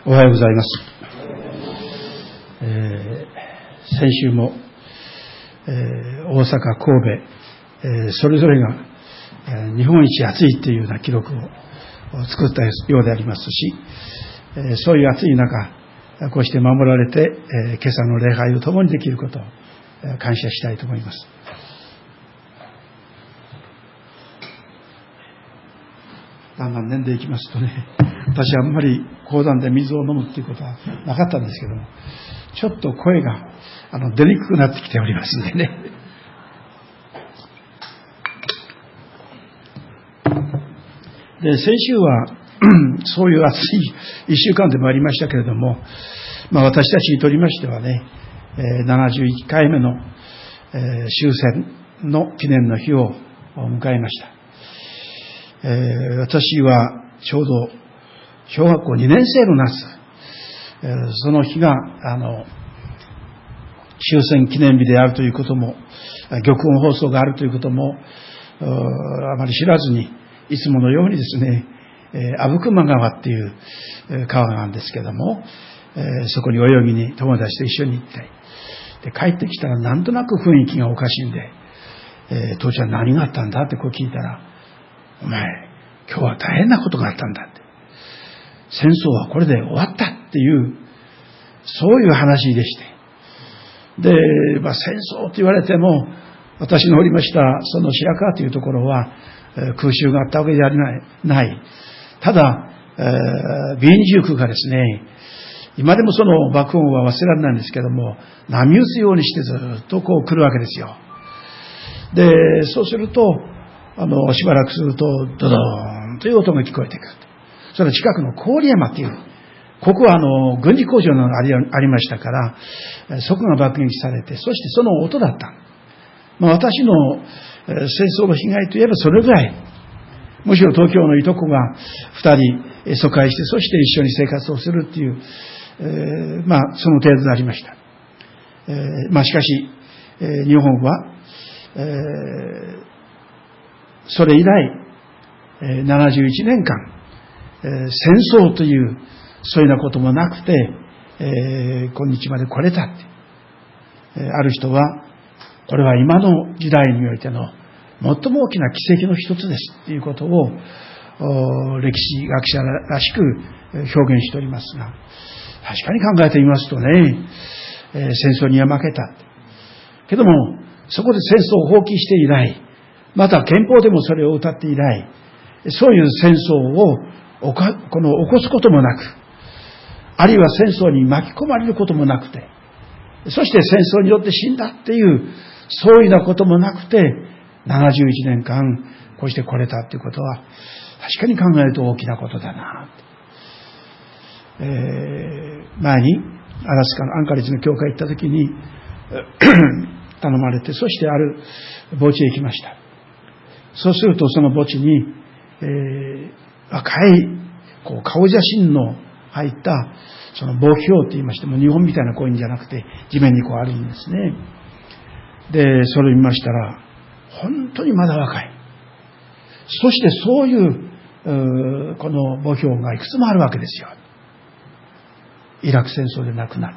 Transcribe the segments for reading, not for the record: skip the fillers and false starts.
おはようございます。先週も、大阪、神戸、それぞれが、日本一暑いというような記録を作ったようでありますし、そういう暑い中、こうして守られて、今朝の礼拝を共にできることを感謝したいと思います。だんだん年でいきますとね、私はあんまり講談で水を飲むっていうことはなかったんですけども、ちょっと声が出にくくなってきておりますんでね。で、先週はそういう暑い一週間でもありましたけれども、私たちにとりましてはね、71回目の終戦の記念の日を迎えました。私はちょうど小学校2年生の夏、その日が終戦記念日であるということも、玉音放送があるということもあまり知らずに、いつものようにですね、阿武隈川っていう川なんですけども、そこに泳ぎに友達と一緒に行って、で帰ってきたらなんとなく雰囲気がおかしいんで、父ちゃん何があったんだってこう聞いたら、お前今日は大変なことがあったんだって、戦争はこれで終わったっていう、そういう話でして、で、戦争と言われても、私のおりましたその白川というところは空襲があったわけではない。ただ B29 がですね、今でもその爆音は忘れられないんですけども、波打つようにしてずっとこう来るわけですよ。で、そうするとしばらくするとドドーンという音が聞こえてくる。それは近くの郡山という、ここは軍事工場がありましたから、そこが爆撃されて、そしてその音だった。私の戦争の被害といえばそれぐらい。むしろ東京のいとこが2人疎開して、そして一緒に生活をするっていう、その程度でありました。しかし、日本は、それ以来、71年間、戦争というそういうようなこともなくて、今日まで来れたって、ある人はこれは今の時代においての最も大きな奇跡の一つですということを歴史学者らしく表現しておりますが、確かに考えてみますとね、戦争には負けたけども、そこで戦争を放棄して以来、また憲法でもそれを謳って以来、そういう戦争を起こすこともなく、あるいは戦争に巻き込まれることもなくて、そして戦争によって死んだっていう、そういうようなこともなくて、71年間こうして来れたっていうことは、確かに考えると大きなことだな。前にアラスカのアンカレッジの教会行った時に頼まれて、そしてある墓地へ行きました。そうするとその墓地に、若い顔写真の入ったその墓標って言いましても、日本みたいなこういうんじゃなくて地面にこうあるんですね。で、それを見ましたら本当にまだ若い。そしてそういうこの墓標がいくつもあるわけですよ。イラク戦争で亡くなった。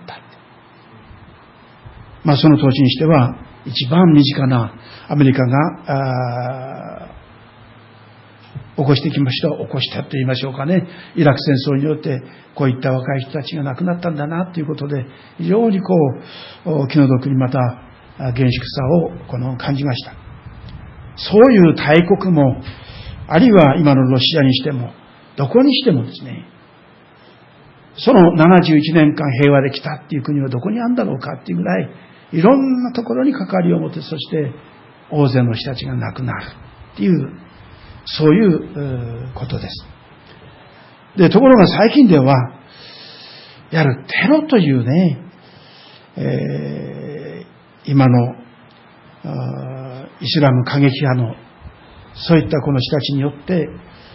その当時にしては一番身近なアメリカが起こしてきました。起こしたと言いましょうかね。イラク戦争によってこういった若い人たちが亡くなったんだなということで、非常に気の毒にまた厳粛さを感じました。そういう大国も、あるいは今のロシアにしても、どこにしてもですね、その71年間平和できたっていう国はどこにあるんだろうかっていうぐらい、いろんなところに関わりを持って、そして大勢の人たちが亡くなるっていう、そういうことです。で、ところが最近では、やはりテロというね、今のイスラム過激派のそういったこの人たちによって、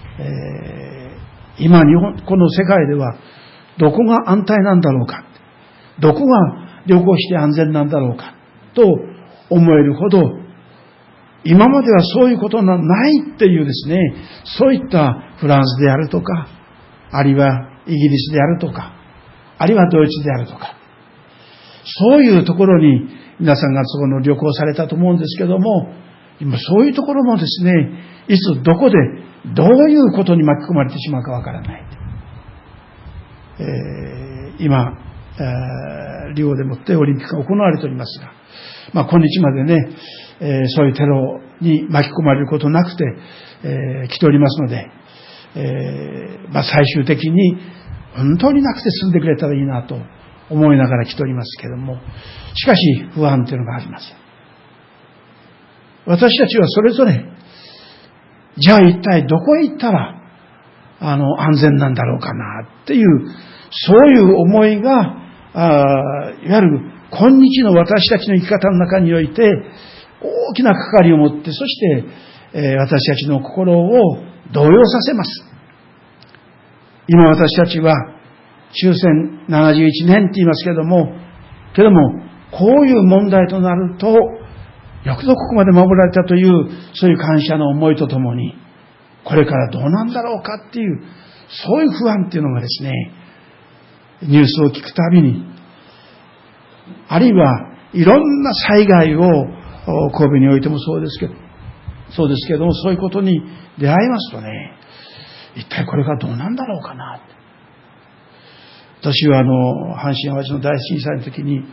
今この世界ではどこが安泰なんだろうか、どこが旅行して安全なんだろうかと思えるほど、今まではそういうことのないっていうですね、そういったフランスであるとか、あるいはイギリスであるとか、 あるいはドイツであるとか、そういうところに皆さんがそこの旅行されたと思うんですけども、今そういうところもですね、いつどこでどういうことに巻き込まれてしまうかわからない。今、リオでもってオリンピックが行われておりますが、今日までね、そういうテロに巻き込まれることなくて、来ておりますので、最終的に本当になくて済んでくれたらいいなと思いながら来ておりますけれども、しかし不安というのがあります。私たちはそれぞれ、じゃあ一体どこへ行ったら安全なんだろうかなっていう、そういう思いが、いわゆる今日の私たちの生き方の中において大きな関わりを持って、そして、私たちの心を動揺させます。今私たちは終戦71年って言いますけども、こういう問題となると、よくぞここまで守られたという、そういう感謝の思いとともに、これからどうなんだろうかっていう、そういう不安っていうのがですね、ニュースを聞くたびに、あるいはいろんな災害を神戸においてもそうですけども、そういうことに出会いますとね、一体これがどうなんだろうかな。私は阪神淡路の大震災の時に、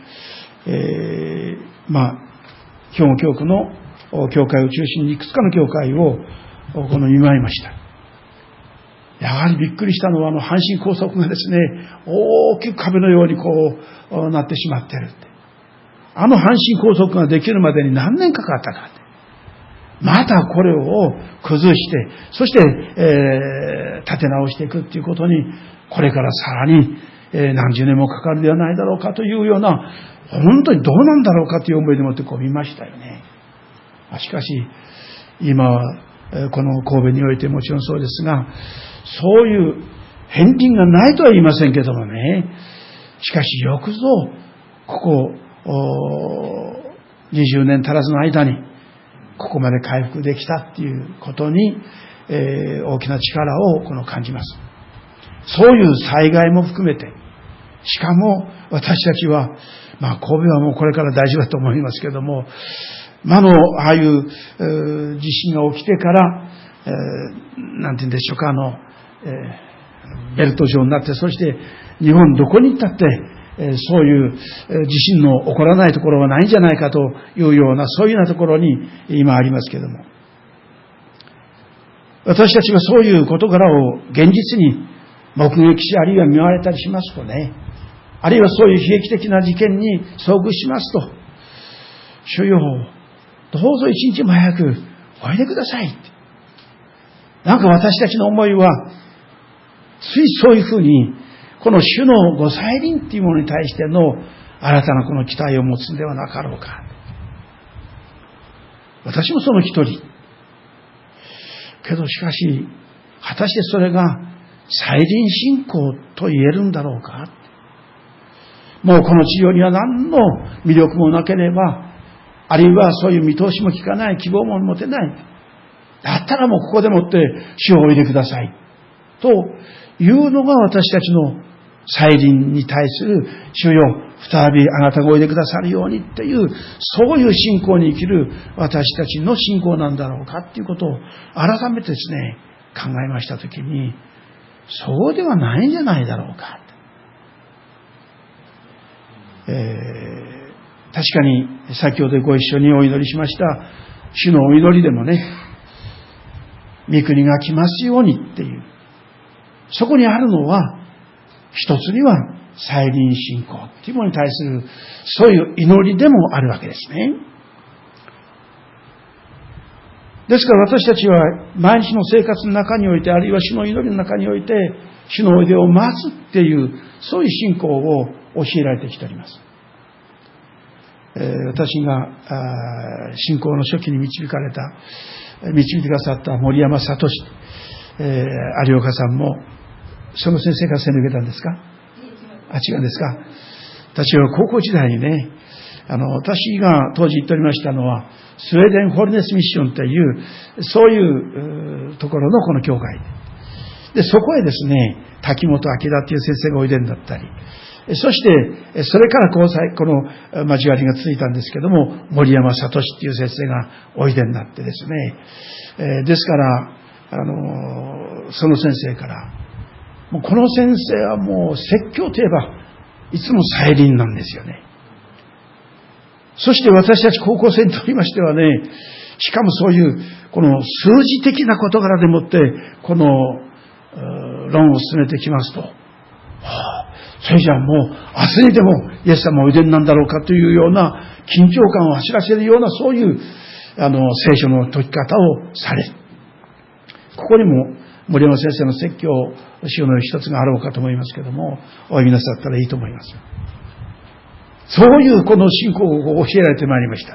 兵庫教区の教会を中心にいくつかの教会を見舞いました。やはりびっくりしたのは阪神高速がですね、大きく壁のようになってしまっているって。阪神高速ができるまでに何年かかったかって。またこれを崩して、そして、立て直していくっていうことに、これからさらに、何十年もかかるではないだろうかというような、本当にどうなんだろうかという思いでもって見ましたよね。しかし、今は、この神戸においてもちろんそうですが、そういう返品がないとは言いませんけどもね、しかしよくぞ、ここ、20年足らずの間に、ここまで回復できたっていうことに、大きな力を感じます。そういう災害も含めて、しかも私たちは、神戸はもうこれから大丈夫だと思いますけども、ああいう地震が起きてから、なんて言うんでしょうか、ベルト状になって、そして日本どこに行ったって、そういう地震の起こらないところはないんじゃないかというような、そういうようなところに今ありますけれども、私たちがそういう事柄を現実に目撃し、あるいは見舞われたりしますとね、あるいはそういう悲劇的な事件に遭遇しますと、主よ、どうぞ一日も早くおいでくださいって。私たちの思いは、ついそういうふうに、この主のご再臨っていうものに対しての新たなこの期待を持つんではなかろうか。私もその一人。けどしかし、果たしてそれが再臨信仰と言えるんだろうか。もうこの地上には何の魅力もなければ、あるいはそういう見通しも効かない、希望も持てない。だったらもうここでもって主をおいでください。というのが私たちの再臨に対する主よ、再びあなたがおいでくださるようにっていう、そういう信仰に生きる私たちの信仰なんだろうかっていうことを改めてですね、考えましたときに、そうではないんじゃないだろうか。確かに先ほどご一緒にお祈りしました主のお祈りでもね、御国が来ますようにっていう、そこにあるのは一つには再臨信仰っていうものに対するそういう祈りでもあるわけですね。ですから私たちは毎日の生活の中において、あるいは主の祈りの中において、主のおいでを待つっていうそういう信仰を教えられてきております。私が信仰の初期に導いてくださった森山聡、有岡さんもその先生から背抜けたんですか？違うんですか？私は高校時代にね、私が当時言っておりましたのはスウェーデンホリネスミッションというそういうところのこの教会で、そこへですね、滝本明っていう先生がおいでになったり、そして、それからこの交わりが続いたんですけども、森山聡っていう先生がおいでになってですね、ですから、その先生から、もうこの先生はもう説教といえば、いつも再臨なんですよね。そして私たち高校生にとりましてはね、しかもそういう、この数字的な事柄でもって、この論を進めてきますと、それじゃあもう明日にでもイエス様おいでになんだろうかというような緊張感を走らせるようなそういう聖書の解き方をされる。ここにも森山先生の説教集の一つがあろうかと思いますけども、お読みなさったらいいと思います。そういうこの信仰を教えられてまいりました。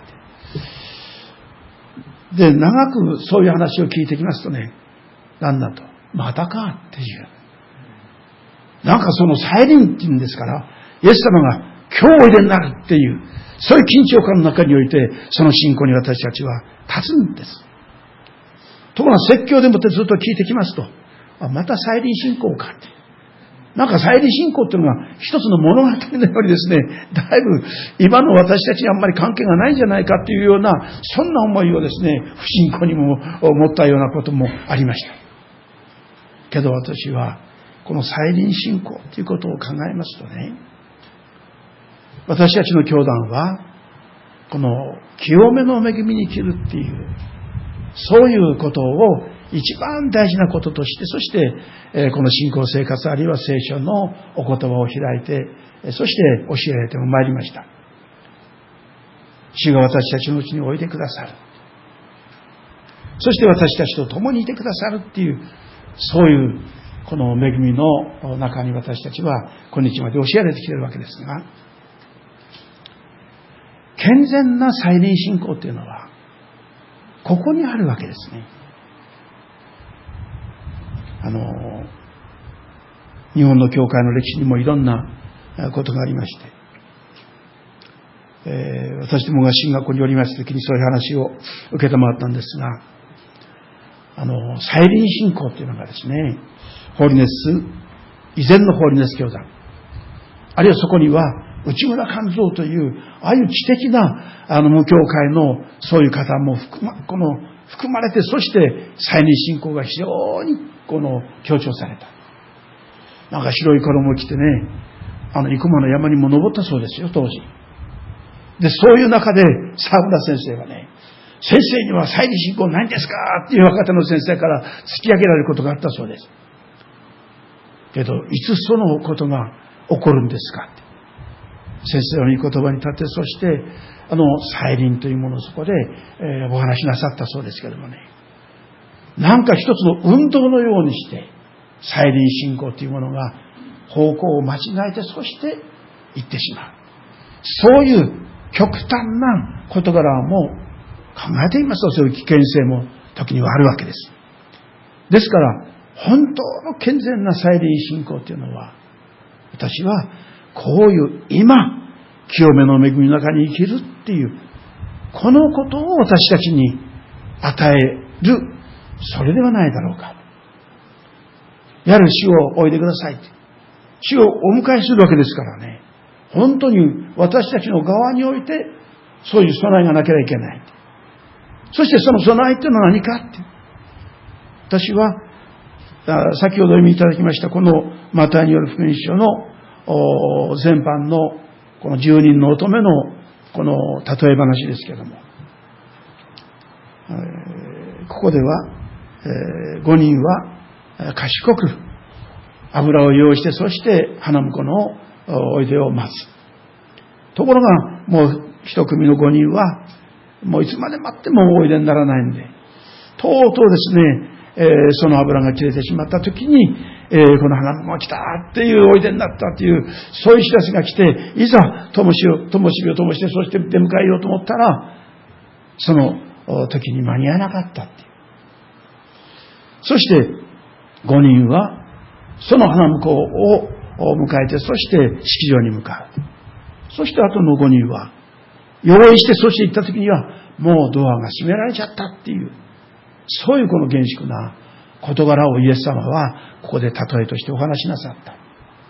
で、長くそういう話を聞いてきますとね、なんだと、またかっていう。なんかその再臨っていうんですから、イエス様が今日おいでになるっていう、そういう緊張感の中において、その信仰に私たちは立つんです。ところが説教でもってずっと聞いてきますと、また再臨信仰かって。なんか再臨信仰っていうのが一つの物語のようにですね、だいぶ今の私たちにあんまり関係がないんじゃないかっていうような、そんな思いをですね、不信仰にも持ったようなこともありました。けど私は、この再臨信仰ということを考えますとね、私たちの教団は、この清めの恵みに生きるっていう、そういうことを一番大事なこととして、そして、この信仰生活あるいは聖書のお言葉を開いて、そして教えられてもまいりました。主が私たちのうちにおいでくださる。そして私たちと共にいてくださるっていう、そういうこの恵みの中に私たちは今日まで教えられてきているわけですが、健全な再臨信仰というのはここにあるわけですね。日本の教会の歴史にもいろんなことがありまして、私どもが進学校におりました時にそういう話を受けたまったんですが、再臨信仰というのがですね、ホーリネス、以前のホーリネス教団、あるいはそこには内村勘三というああいう知的な無教会のそういう方も含まれて、そして再臨信仰が非常に強調された。なんか白い衣を着てね、生駒の山にも登ったそうですよ、当時。で、そういう中で沢村先生がね、先生には再臨信仰ないんですかっていう若手の先生から突き上げられることがあったそうです。けど、いつそのことが起こるんですかって。先生の御言葉に立って、そして、再臨というものをそこで、お話しなさったそうですけどもね。なんか一つの運動のようにして、再臨信仰というものが方向を間違えて、そして行ってしまう。そういう極端な事柄も考えていますと、そういう危険性も時にはあるわけです。ですから、本当の健全な再臨信仰というのは、私はこういう今、清めの恵みの中に生きるっていう、このことを私たちに与える、それではないだろうか。やはり主をおいでください。主をお迎えするわけですからね。本当に私たちの側において、そういう備えがなければいけない。そしてその備えっていうのは何かって。私は、先ほど読みいただきました、このマタイによる福音書の前半のこの10人の乙女のこの例え話ですけれども、ここでは、5人は賢く油を用意して、そして花婿のおいでを待つ。ところがもう一組の5人はもういつまで待ってもおいでにならないんで、とうとうですね、その油が切れてしまった時に、この花婿が来たっていうおいでになったっていう、そういう知らせが来て、いざ灯火を灯して、そして出迎えようと思ったら、その時に間に合わなかったっていう。そして5人はその花婿を迎えて、そして式場に向かう。そしてあとの5人は用意して、そして行った時にはもうドアが閉められちゃったっていう、そういうこの厳粛な事柄をイエス様はここで例えとしてお話しなさった。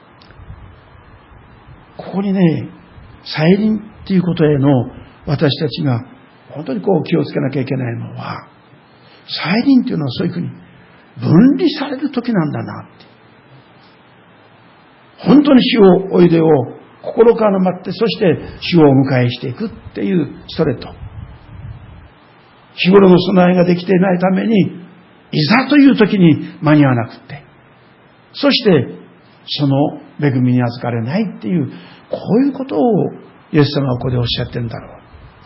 ここにね、再臨っていうことへの私たちが本当に気をつけなきゃいけないのは、再臨っていうのはそういうふうに分離される時なんだなって。本当に主をおいでを心から待って、そして主をお迎えしていくっていうそれと、日頃の備えができていないために、いざという時に間に合わなくって、そしてその恵みに預かれないっていう、こういうことをイエス様はここでおっしゃってるんだろ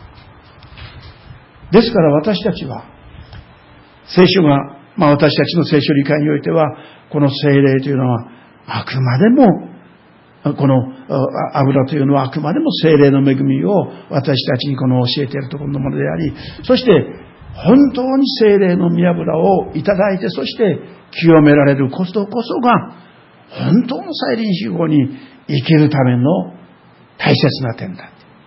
う。ですから私たちは、聖書が、私たちの聖書理解においては、この聖霊というのは、あくまでも、この油というのはあくまでも聖霊の恵みを私たちに教えているところのものであり、そして本当に聖霊の御油をいただいて、そして清められることこそが本当の再臨集合に生きるための大切な点だ。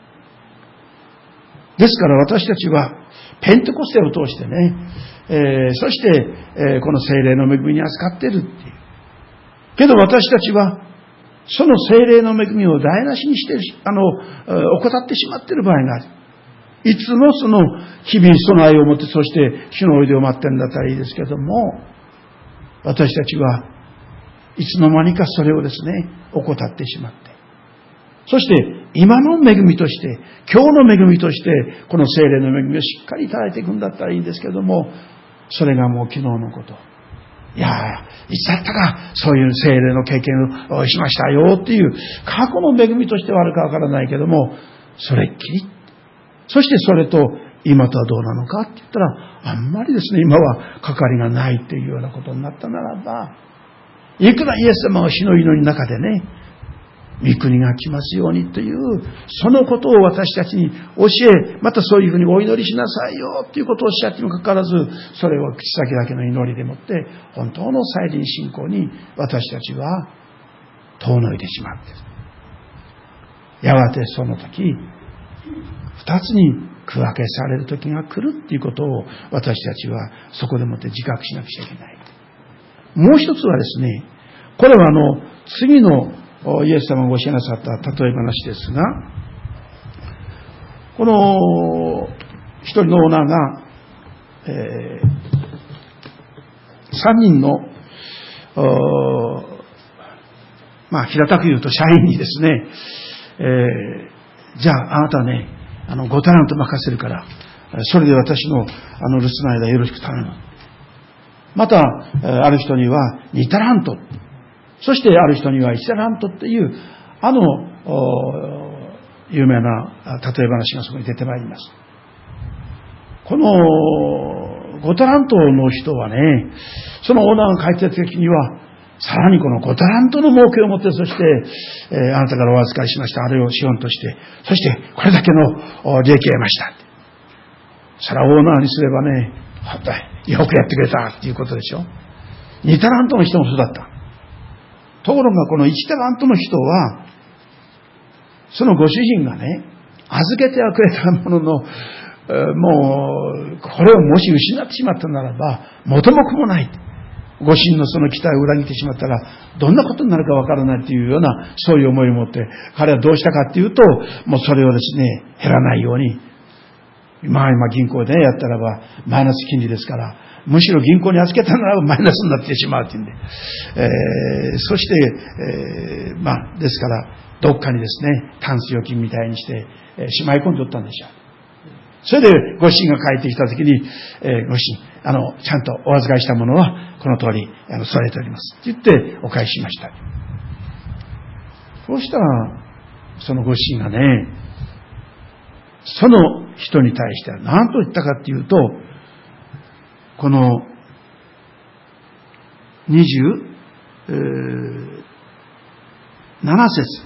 ですから私たちはペンテコステを通してね、そしてこの聖霊の恵みに預かっているっていう。けど私たちはその聖霊の恵みを台無しにして怠ってしまっている場合がある。いつもその日々備えを持って、そして主のおいでを待ってるんだったらいいですけども、私たちはいつの間にかそれをですね、怠ってしまって、そして今の恵みとして、今日の恵みとして、この聖霊の恵みをしっかりいただいていくんだったらいいんですけども、それがもう昨日のこと。いやいつだったかそういう聖霊の経験をしましたよっていう過去の恵みとしてはあるかわからないけども、それっきり。そしてそれと今とはどうなのかって言ったら、あんまりですね、今は関わりがないっていうようなことになったならば、いくらイエス様が死の祈りの中でね、御国が来ますようにという、そのことを私たちに教え、またそういうふうにお祈りしなさいよということをおっしゃってもかかわらず、それを口先だけの祈りでもって、本当の再臨信仰に私たちは遠のいてしまっている。やがてその時、二つに区分けされる時が来るっていうことを私たちはそこでもって自覚しなくちゃいけない。もう一つはですね、これは次のイエス様が教えなさった例え話ですが、この一人のオーナーが、三人の平たく言うと社員にですね、じゃああなたね、5タラント任せるから、それで私の留守の間よろしく頼む。またある人には2タラント、そしてある人には1タラントっていう有名な例え話がそこに出てまいります。この5タラントの人はね、そのオーナーが書いてた時には、さらにこの5タラントの儲けを持って、そして、あなたからお預かりしました、あれを資本として、そしてこれだけの利益を得ました。それはオーナーにすればね、よくやってくれたっていうことでしょ。2タラントの人もそうだった。ところがこの1タラントの人は、そのご主人がね、預けてはくれたものの、もうこれをもし失ってしまったならば元も子もない。ご主人のその期待を裏切ってしまったらどんなことになるかわからないというような、そういう思いを持って彼はどうしたかっていうと、もうそれをですね、減らないように、今銀行でやったらばマイナス金利ですから、むしろ銀行に預けたならばマイナスになってしまうっていうんで、そして、ですからどっかにですね、タンス預金みたいにしてしまい込んでおったんでしょう。それでご主人が帰ってきたときに、ご主人、ちゃんとお預かりしたものはこの通り添えておりますって言ってお返ししました。そうしたらそのご主人がね、その人に対しては何と言ったかっていうと、この27節、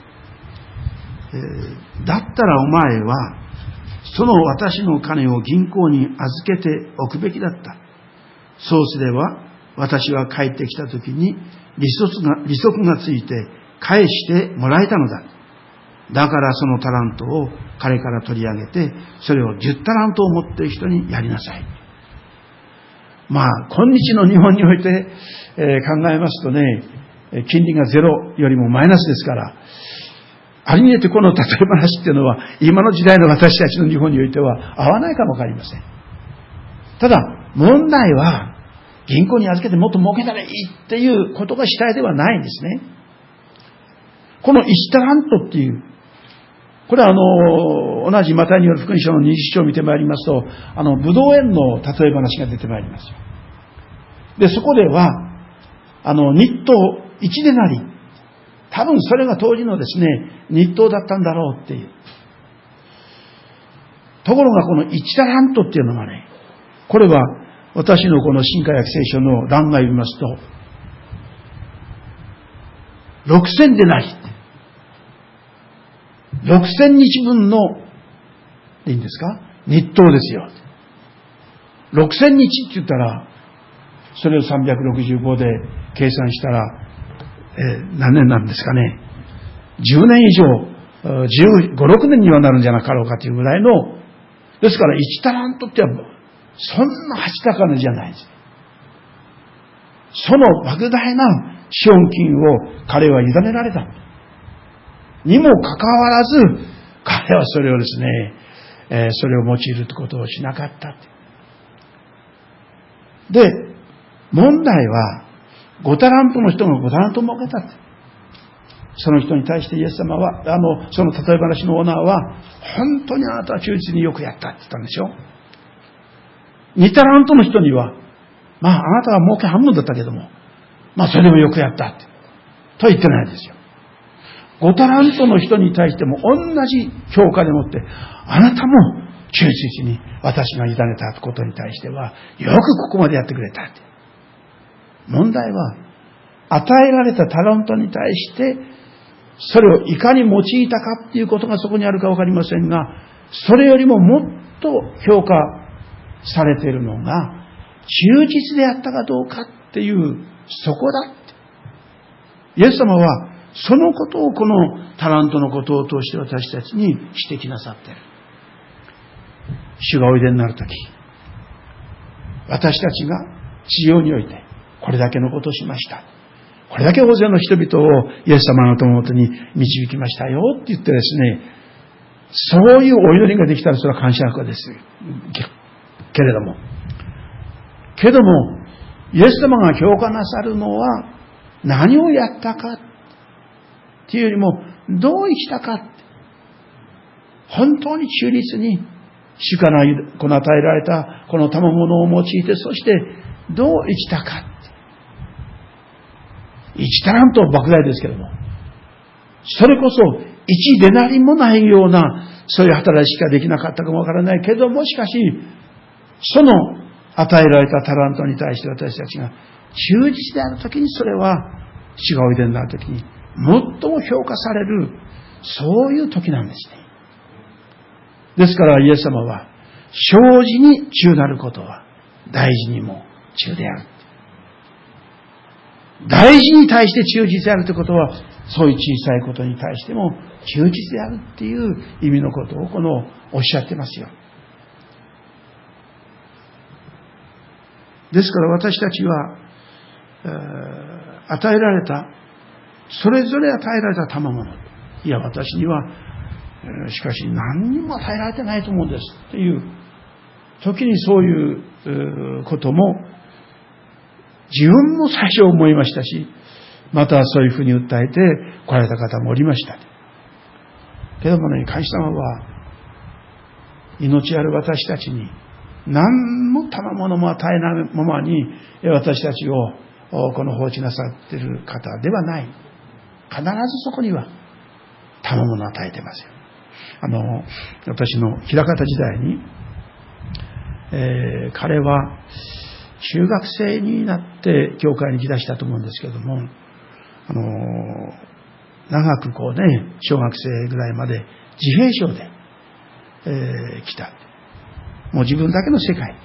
だったらお前はその私の金を銀行に預けておくべきだった。そうすれば私は帰ってきた時に利息がついて返してもらえたのだ。だからそのタラントを彼から取り上げて、それを10タラントを持っている人にやりなさい。 今日の日本において、考えますとね、金利がゼロよりもマイナスですから、ある意味でこの例え話っていうのは、今の時代の私たちの日本においては合わないかもわかりません。ただ、問題は、銀行に預けてもっと儲けたらいいっていうことが主体ではないんですね。この1タラントっていう、これは同じマタイによる福音書の20章を見てまいりますと、ブドウ園の例え話が出てまいりますよ。で、そこでは、日当1デナリ、多分それが当時のですね、日当だったんだろうっていう。ところがこの1タラントっていうのがね、これは私のこの新海約聖書の欄外を見ますと、6000デナリ。6000日分の、でいいんですか？日当ですよ。6000日って言ったら、それを365で計算したら、何年なんですかね。10年以上、15、6年にはなるんじゃなかろうかというぐらいの、ですから1タラントってそんなはち高値じゃないです。その莫大な資本金を彼は委ねられた。にもかかわらず、彼はそれをですね、それを用いるってことをしなかった。で、問題は、5タラントの人が5タラント儲けたって。その人に対してイエス様は、その例え話のオーナーは、本当にあなたは忠実によくやったって言ったんでしょ。2タラントの人には、あなたは儲け半分だったけども、それでもよくやったって。とは言ってないですよ。5タラントの人に対しても同じ評価でもって、あなたも忠実に私が委ねたことに対しては、よくここまでやってくれたって。問題は、与えられたタラントに対して、それをいかに用いたかっていうことがそこにあるかわかりませんが、それよりももっと評価されているのが、忠実であったかどうかっていう、そこだって。イエス様は、そのことをこのタラントのことを通して私たちに指摘なさっている。主がおいでになるとき、私たちが地上においてこれだけのことをしました。これだけ大勢の人々をイエス様の手元に導きましたよって言ってですね、そういうお祈りができたらそれは感謝のことです。けれども、イエス様が評価なさるのは何をやったかっていうよりもどう生きたか。本当に忠実に主からこの与えられたこの賜物を用いて、そしてどう生きたか。1タラント莫大ですけども、それこそ1デナリもないようなそういう働きしかできなかったかもわからないけども、しかしその与えられたタラントに対して私たちが忠実であるときに、それは主がおいでになるときに最も評価される、そういう時なんですね。ですからイエス様は、正直に忠なることは大事にも忠である。大事に対して忠実であるということは、そういう小さいことに対しても忠実であるっていう意味のことをおっしゃってますよ。ですから私たちは、与えられた、それぞれ与えられた賜物。いや、私には、しかし何にも与えられてないと思うんですっていう時に、そういうことも自分も最初思いましたし、またそういうふうに訴えて来られた方もおりました。けどもね、神様は命ある私たちに何も賜物も与えないままに私たちをこの放置なさっている方ではない。必ずそこには賜物を与えてますよ。私の枚方時代に、彼は中学生になって教会に来だしたと思うんですけれども、長く小学生ぐらいまで自閉症で、来た。もう自分だけの世界。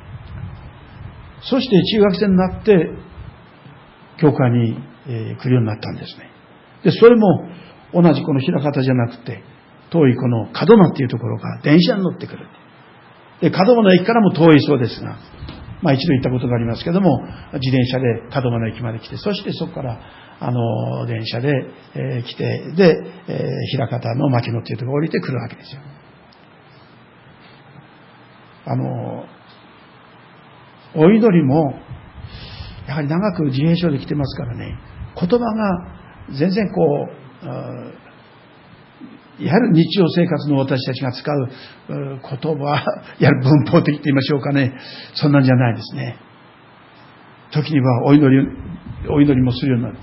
そして中学生になって教会に、来るようになったんですね。で、それも同じこの枚方じゃなくて、遠いこの門真っていうところから電車に乗ってくる。で、門真の駅からも遠いそうですが、 一度行ったことがありますけども、自転車で門真の駅まで来て、そしてそこから、電車で、来て、で、枚方の牧野っていうところに降りてくるわけですよ。お祈りも、やはり長く自閉症で来てますからね、言葉が全然いわゆる日常生活の私たちが使う言葉、いわゆる文法的と言いましょうかね、そんなんじゃないですね。時にはお祈りもするようになって、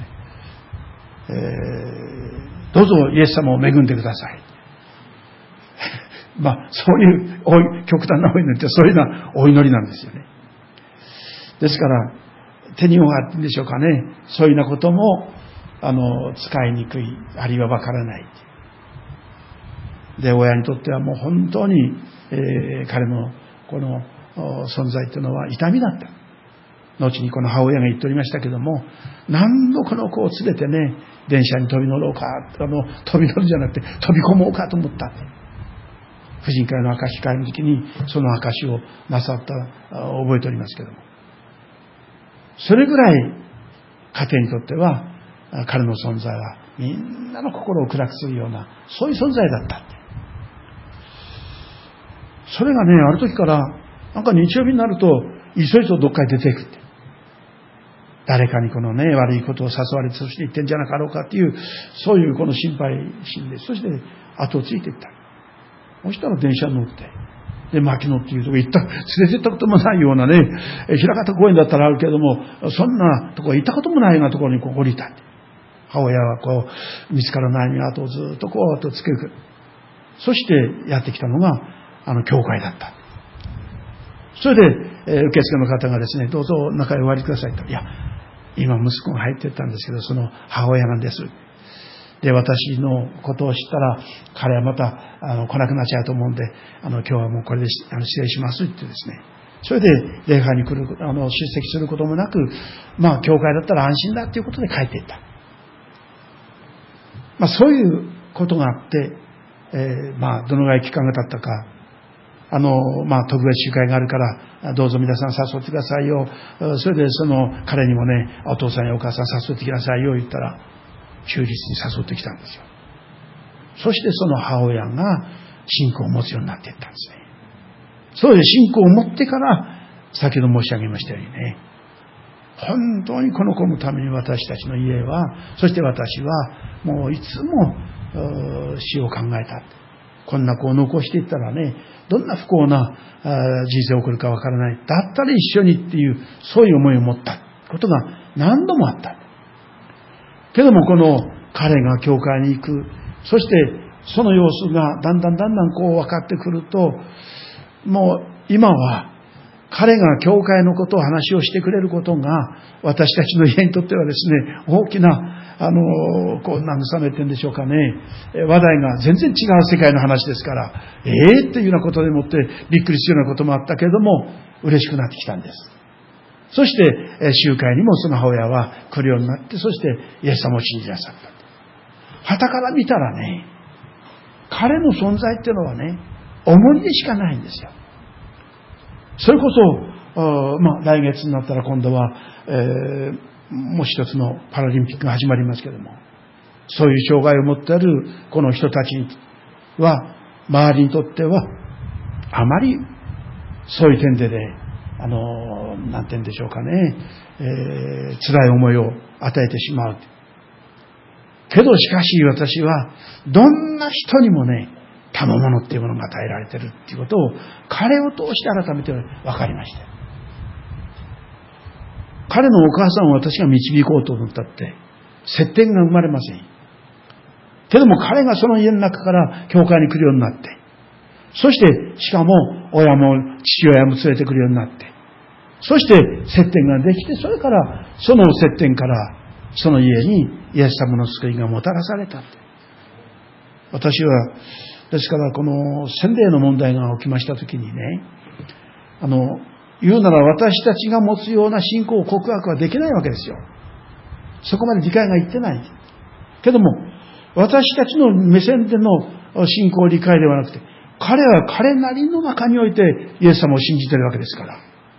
どうぞイエス様を恵んでください。そういう極端なお祈りってそういうようなお祈りなんですよね。ですから、手に負があってんでしょうかね。そういうようなことも、使いにくい、あるいはわからない。で、親にとってはもう本当に、彼のこの存在というのは痛みだった。後にこの母親が言っておりましたけども、何度この子を連れてね、電車に飛び乗ろうか、飛び乗るじゃなくて飛び込もうかと思った。婦人会の証し会の時にその証しをなさった覚えておりますけども、それぐらい家庭にとっては彼の存在はみんなの心を暗くするようなそういう存在だった。それがね、ある時からなんか日曜日になると急いとどっかに出ていくって、誰かにこのね悪いことを誘われてそして言ってんじゃなかろうかっていうそういうこの心配心で、そして後をついていった。そしたら電車に乗って、で、牧野っていうとこ行った、連れて行ったこともないようなね、枚方公園だったらあるけども、そんなとこ行ったこともないようなところに降りた。母親は見つからない後をずっととつける。そしてやってきたのが、教会だった。それで、受付の方がですね、どうぞ中へお入りくださいと。いや、今息子が入ってったんですけど、その母親なんです。で、私のことを知ったら、彼はまた、来なくなっちゃうと思うんで、今日はもうこれで失礼しますって言ってですね。それで、礼拝に来る、出席することもなく、教会だったら安心だっていうことで帰っていった。そういうことがあって、どのぐらい期間が経ったか、特別集会があるから、どうぞ皆さん誘ってくださいよ。それで、彼にもね、お父さんやお母さん誘ってきなさいよ、言ったら、忠実に誘ってきたんですよ。そしてその母親が信仰を持つようになっていったんですね。そういう信仰を持ってから、先ほど申し上げましたようにね、本当にこの子のために私たちの家は、そして私は、もういつも死を考えた。こんな子を残していったらね、どんな不幸な人生を送るかわからない。だったら一緒にっていう、そういう思いを持ったことが何度もあった。けどもこの彼が教会に行く、そしてその様子がだんだん分かってくると、もう今は彼が教会のことを話をしてくれることが私たちの家にとってはですね、大きな慰めてんでしょうかね、話題が全然違う世界の話ですから、っていうようなことでもってびっくりするようなこともあったけれども、嬉しくなってきたんです。そして、集会にもその母親は来るようになって、そしてイエス様を信じなさった。傍から見たらね、彼の存在っていうのはね、重荷でしかないんですよ。それこそ、来月になったら今度は、もう一つのパラリンピックが始まりますけれども、そういう障害を持っているこの人たちは、周りにとっては、あまりそういう点でね、なんて言うんでしょうかね、辛い思いを与えてしまう。けどしかし私は、どんな人にもね、賜物っていうものが与えられているっていうことを、彼を通して改めて分かりました。彼のお母さんを私が導こうと思ったって、接点が生まれません。けども彼がその家の中から教会に来るようになって、そして、しかも、親も父親も連れてくるようになって、そして、接点ができて、それから、その接点から、その家にイエス様の救いがもたらされた。私は、ですから、この洗礼の問題が起きましたときにね、言うなら私たちが持つような信仰を告白はできないわけですよ。そこまで理解がいってない。けども、私たちの目線での信仰理解ではなくて、彼は彼なりの中においてイエス様を信じているわけですから。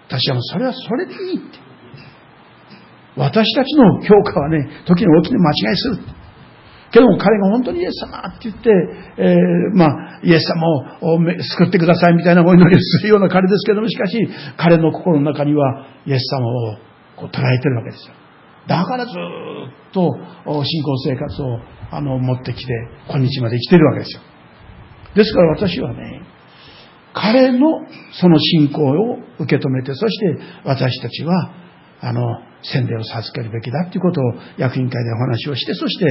私はもうそれはそれでいいって。私たちの評価はね、時に大きな間違いする。けども彼が本当にイエス様って言って、イエス様を救ってくださいみたいなお祈りをするような彼ですけども、しかし彼の心の中にはイエス様をこう捉えてるわけですよ。だからずっと信仰生活を持ってきて今日まで生きてるわけですよ。ですから私はね、彼のその信仰を受け止めて、そして私たちは洗礼を授けるべきだということを役員会でお話をして、そして、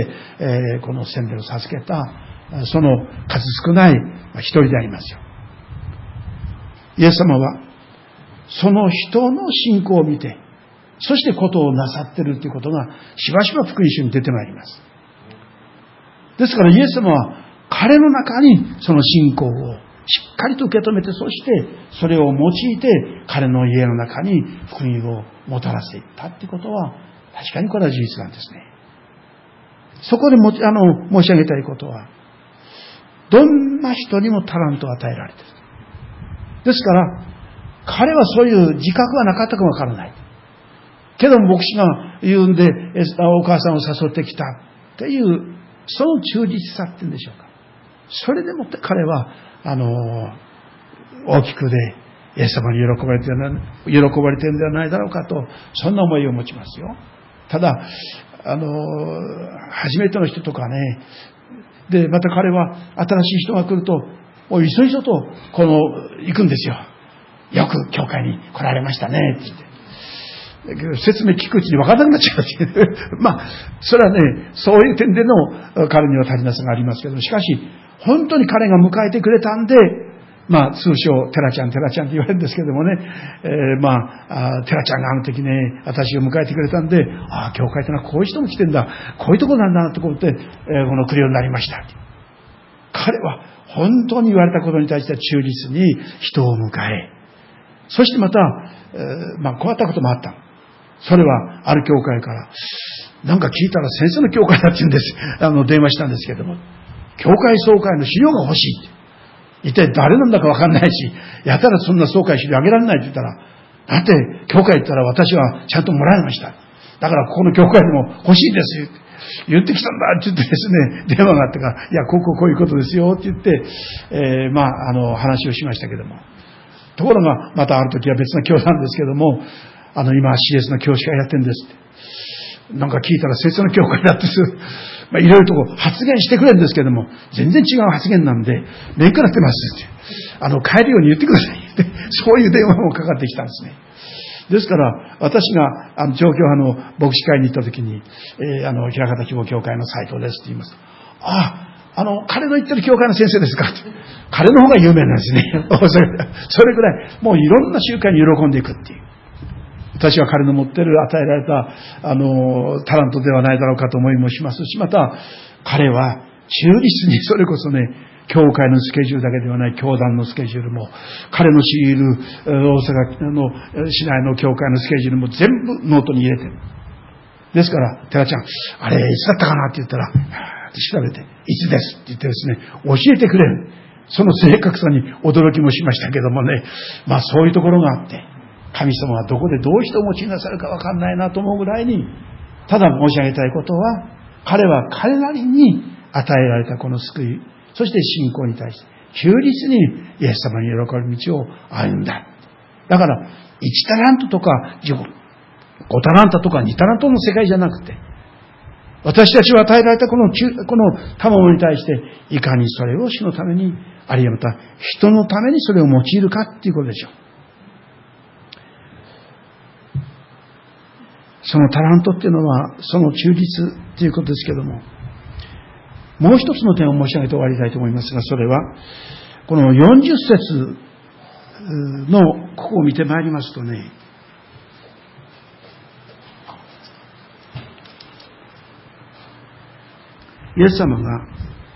この洗礼を授けたその数少ない一人でありますよ。イエス様はその人の信仰を見て、そしてことをなさっているということがしばしば福音書に出てまいります。ですからイエス様は彼の中にその信仰をしっかりと受け止めて、そしてそれを用いて彼の家の中に福音をもたらしていったっていうことは、確かにこれは事実なんですね。そこで申し上げたいことは、どんな人にもタラントを与えられている。ですから彼はそういう自覚はなかったかもわからないけども、牧師が言うんでお母さんを誘ってきたっていう、その忠実さっていうんでしょうか。それでもって彼は大きくでイエス様に喜ばれているんではないだろうかと、そんな思いを持ちますよ。ただ初めての人とかね、でまた彼は新しい人が来るといそいそと行くんですよ。よく教会に来られましたねって言って、説明聞くうちに分からなくなっちゃうっていうそれはね、そういう点での彼には足りなさがありますけど、しかし本当に彼が迎えてくれたんで、通称テラちゃんって言われるんですけどもね、テラちゃんがあの時ね、私を迎えてくれたんで、教会ってのはこういう人も来てんだ、こういうとこなんだなと思って、来るようになりました。彼は本当に言われたことに対しては忠実に人を迎え、そしてまた、こういったこともあった。それはある教会からなんか聞いたら先生の教会だって言うんです。電話したんですけども、教会総会の資料が欲しいって。一体誰なんだかわかんないし、やたらそんな総会資料あげられないって言ったら、だって教会行ったら私はちゃんともらいました。だからここの教会にも欲しいです言ってきたんだって言ってですね、電話があってから、いや、こういうことですよって言って、話をしましたけども。ところが、またある時は別な教団ですけども、今 CS の教師会やってるんですって。なんか聞いたら先生の教会だっていろいろと発言してくれるんですけども、全然違う発言なんで、面食らってますって。帰るように言ってくださいって。そういう電話もかかってきたんですね。ですから、私が、調教派の牧師会に行った時に、平方希望教会の斉藤ですって言います。彼の言ってる教会の先生ですかって。彼の方が有名なんですね。それぐらい、もういろんな集会に喜んでいくっていう。私は彼の持っている与えられたタラントではないだろうかと思いもしますし、また彼は忠実に、それこそね、教会のスケジュールだけではない教団のスケジュールも、彼の強いる大阪の市内の教会のスケジュールも全部ノートに入れてる。ですから寺ちゃん、あれいつだったかなって言ったら、調べていつですって言ってですね、教えてくれる。その正確さに驚きもしましたけどもね、そういうところがあって、神様はどこでどういう人をお持ちになさるか分かんないなと思うぐらいに、ただ申し上げたいことは、彼は彼なりに与えられたこの救い、そして信仰に対して忠実にイエス様に喜ぶ道を歩んだ。だから1タラントとか5タラントとか2タラントの世界じゃなくて、私たちは与えられたこの賜物に対していかにそれを主のために、あるいはまた人のためにそれを用いるかっていうことでしょう。そのタラントっていうのはその忠実っていうことですけども、もう一つの点を申し上げて終わりたいと思いますが、それはこの40節のここを見てまいりますとね、イエス様が、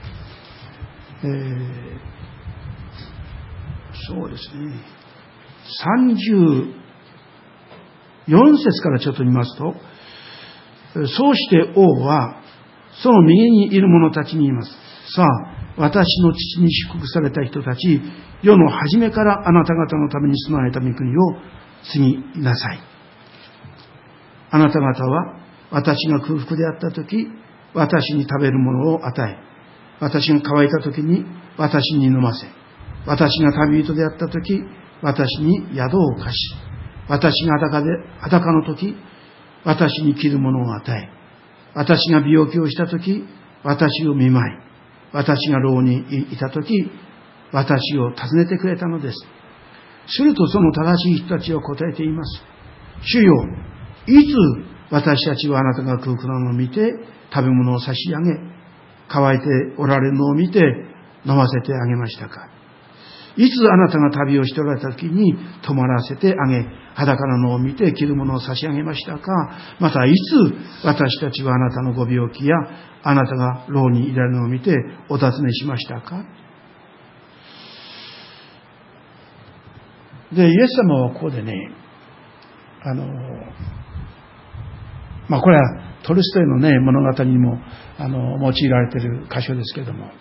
そうですね、34節からちょっと見ますと、そうして王はその右にいる者たちに言います。さあ、私の父に祝福された人たち、世の初めからあなた方のために備えた御国を継ぎなさい。あなた方は私が空腹であったとき、私に食べるものを与え、私が乾いたときに私に飲ませ、私が旅人であったとき、私に宿を貸し、私が裸のとき、私に着るものを与え、私が病気をしたとき、私を見舞い、私が牢にいたとき、私を訪ねてくれたのです。するとその正しい人たちは答えています。主よ、いつ私たちはあなたが空腹なのを見て食べ物を差し上げ、乾いておられるのを見て飲ませてあげましたか。いつあなたが旅をしておられた時に泊まらせてあげ、裸なのを見て着るものを差し上げましたか。またいつ私たちはあなたのご病気やあなたが牢にいられるのを見てお尋ねしましたか。で、イエス様はここでね、これはトルストイのね、物語にも用いられている箇所ですけれども、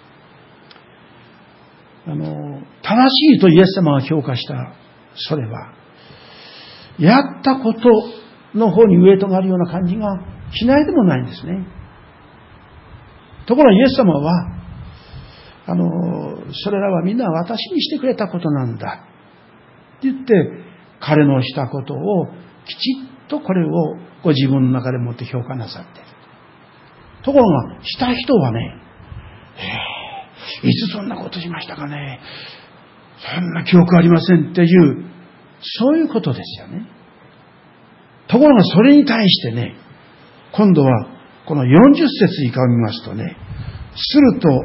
正しいとイエス様が評価したそれは、やったことの方にウエイトがあるような感じがしないでもないんですね。ところがイエス様は、それらはみんな私にしてくれたことなんだって言って、彼のしたことをきちっとこれをご自分の中でもって評価なさっている。ところが、した人はね、いつそんなことしましたかね。そんな記憶ありませんっていう、そういうことですよね。ところがそれに対してね、今度はこの40節以下を見ますとね、すると、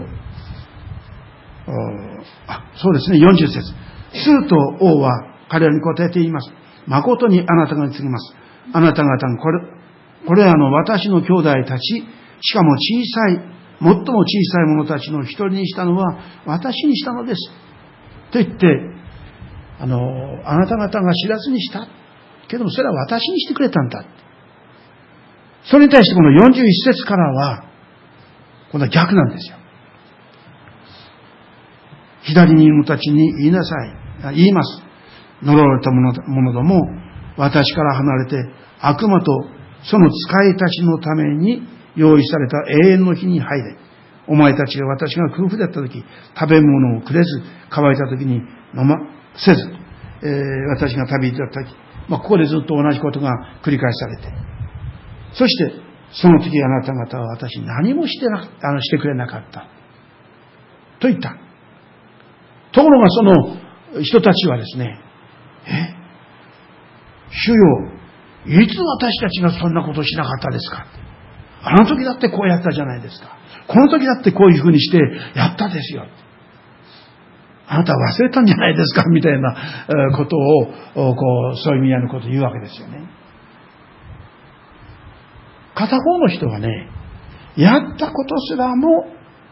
そうですね、40節。すると王は彼らに答えて言います。誠にあなたが告げます。あなた方がこれらの私の兄弟たち、しかも最も小さい者たちの一人にしたのは私にしたのです。と言って、あなた方が知らずにした。けどもそれは私にしてくれたんだ。それに対してこの41節からは、今度は逆なんですよ。左にいる者たちに言います。呪われた者ども、私から離れて悪魔とその使いたちのために用意された永遠の日に入れ。お前たちが私が空腹だったとき、食べ物をくれず、乾いたときに飲ませず、私が旅人だったとき、ここでずっと同じことが繰り返されて、そしてその時あなた方は私に何もしてくれなかったと言った。ところがその人たちはですね、主よ、いつ私たちがそんなことをしなかったですか。あの時だってこうやったじゃないですか。この時だってこういうふうにしてやったですよ。あなたは忘れたんじゃないですかみたいなことをそういう意味合いのことを言うわけですよね。片方の人はね、やったことすらも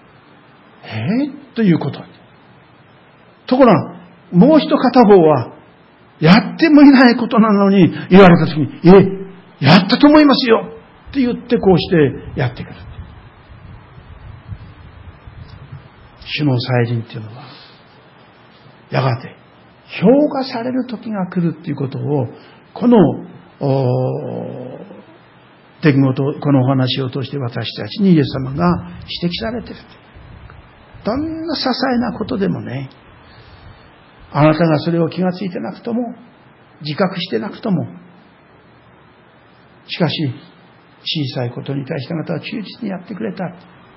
ということ。ところがもう一片方はやってもいないことなのに言われたときに、やったと思いますよって言ってこうしてやってくる。主の祭人っていうのはやがて評価される時が来るっていうことをこの出来事、このお話を通して私たちにイエス様が指摘されている。どんな些細なことでもね、あなたがそれを気がついてなくとも、自覚してなくとも、しかし小さいことに対してあなたは忠実にやってくれた。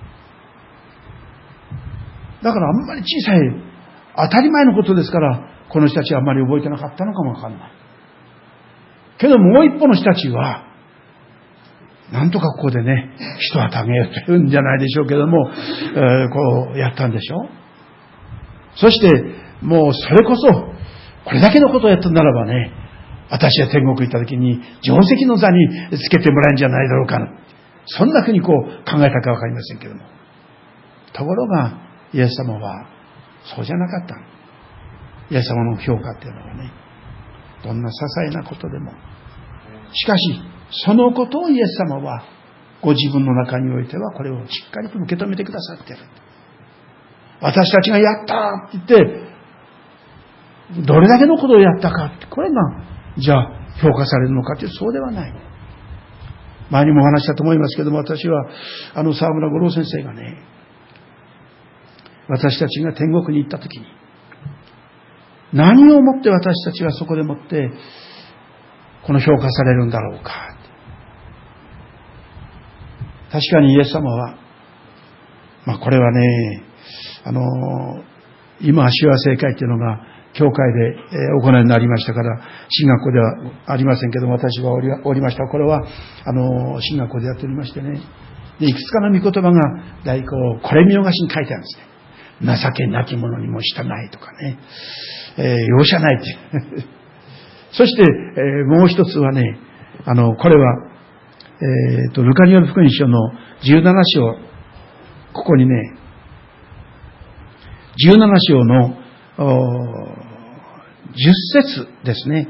だからあんまり小さい当たり前のことですから、この人たちはあんまり覚えてなかったのかもわかんない。けどもう一方の人たちは、なんとかここでね、一旗あげようというんじゃないでしょうけども、こうやったんでしょ。そして、もうそれこそ、これだけのことをやったならばね、私は天国行った時に定石の座につけてもらえるんじゃないだろうかな。そんなふうにこう考えたかわかりませんけども。ところが、イエス様はそうじゃなかった。イエス様の評価っていうのはね、どんな些細なことでも。しかし、そのことをイエス様はご自分の中においてはこれをしっかりと受け止めてくださっている。私たちがやったって言って、どれだけのことをやったかって、これがじゃあ評価されるのかというとそうではない。前にもお話したと思いますけども、私は沢村五郎先生がね、私たちが天国に行ったときに、何をもって私たちはそこでもってこの評価されるんだろうか。確かにイエス様は、これはね、今は手話正解っていうのが教会で行いになりましたから、進学校ではありませんけども、私はおりました。これは進学校でやっておりましてね、でいくつかの御言葉が大これ見逃しに書いてあるんですね。情けなき者にも従いとかね、容赦ないってそして、もう一つはね、これは、ルカによる福音書の17章、ここにね、17章の10節ですね。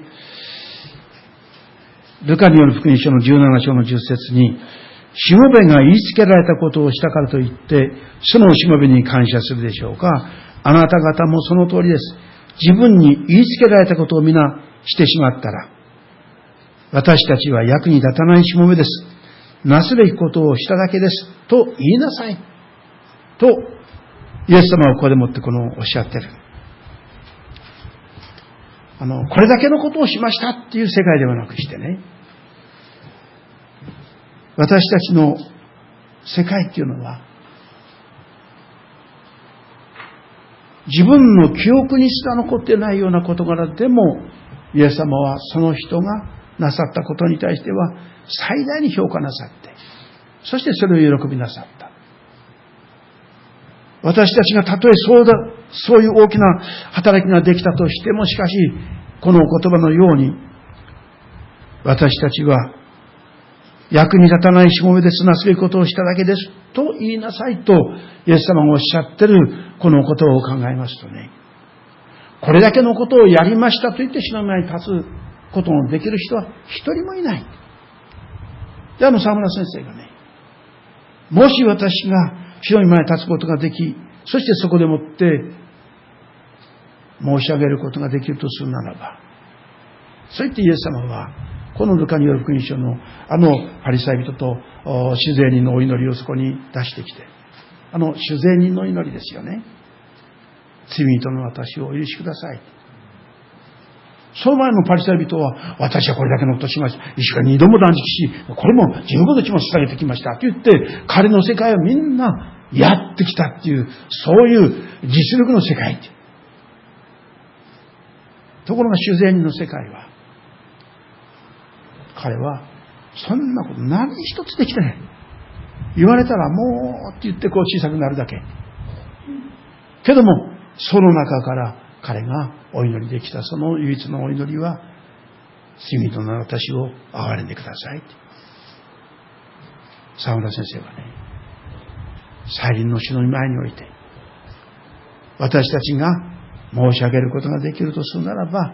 ルカによる福音書の17章の10節に、しもべが言いつけられたことをしたからといって、そのしもべに感謝するでしょうか。あなた方もその通りです。自分に言いつけられたことを皆してしまったら、私たちは役に立たないしもべです。なすべきことをしただけです。と言いなさい。と、イエス様はここでもっておっしゃってる。これだけのことをしましたっていう世界ではなくしてね、私たちの世界っていうのは、自分の記憶にすら残ってないような事柄でも、イエス様はその人がなさったことに対しては最大に評価なさって、そしてそれを喜びなさった。私たちがたとえそういう大きな働きができたとしても、しかしこのお言葉のように、私たちは役に立たないしもべです。なすべきことをしただけですと言いなさいとイエス様がおっしゃってるこの言葉を考えますとね、これだけのことをやりましたと言って主の前に立つことのできる人は一人もいない。で、沢村先生がね、もし私が主の前に立つことができ、そしてそこでもって申し上げることができるとするならば、そう言ってイエス様はこのルカによる福音書のパリサイ人と主税人のお祈りをそこに出してきて、主税人の祈りですよね。罪人の私をお許しください。その前のパリサイ人は、私はこれだけのことしました。一週間2度も断食し、これも15日も捧げてきましたと言って、彼の世界をみんなやってきたっていう、そういう実力の世界。ところが主税人の世界は、彼はそんなこと何一つできてない。言われたらもうって言って小さくなるだけ。けどもその中から彼がお祈りできたその唯一のお祈りは、罪人の私を憐れんでください。沢村先生はね、再臨の主の前において私たちが申し上げることができるとするならば、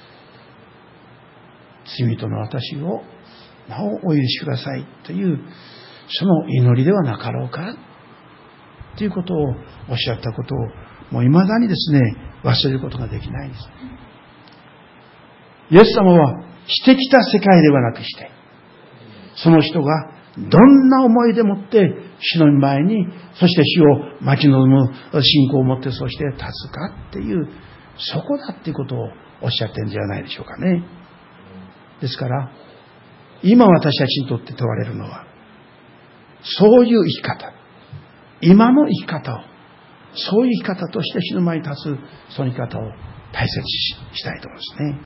罪人の私をなおお許しくださいというその祈りではなかろうかということをおっしゃったことを、もう未だにですね忘れることができないんです。イエス様はしてきた世界ではなくして、その人がどんな思いでもって主の前に、そして主を待ち望む信仰を持って、そして立つかっていう、そこだっていうことをおっしゃってるんじゃないでしょうかね。ですから今私たちにとって問われるのは、そういう生き方、今の生き方を、そういう生き方として主の前に立つその生き方を大切にしたいと思いますね。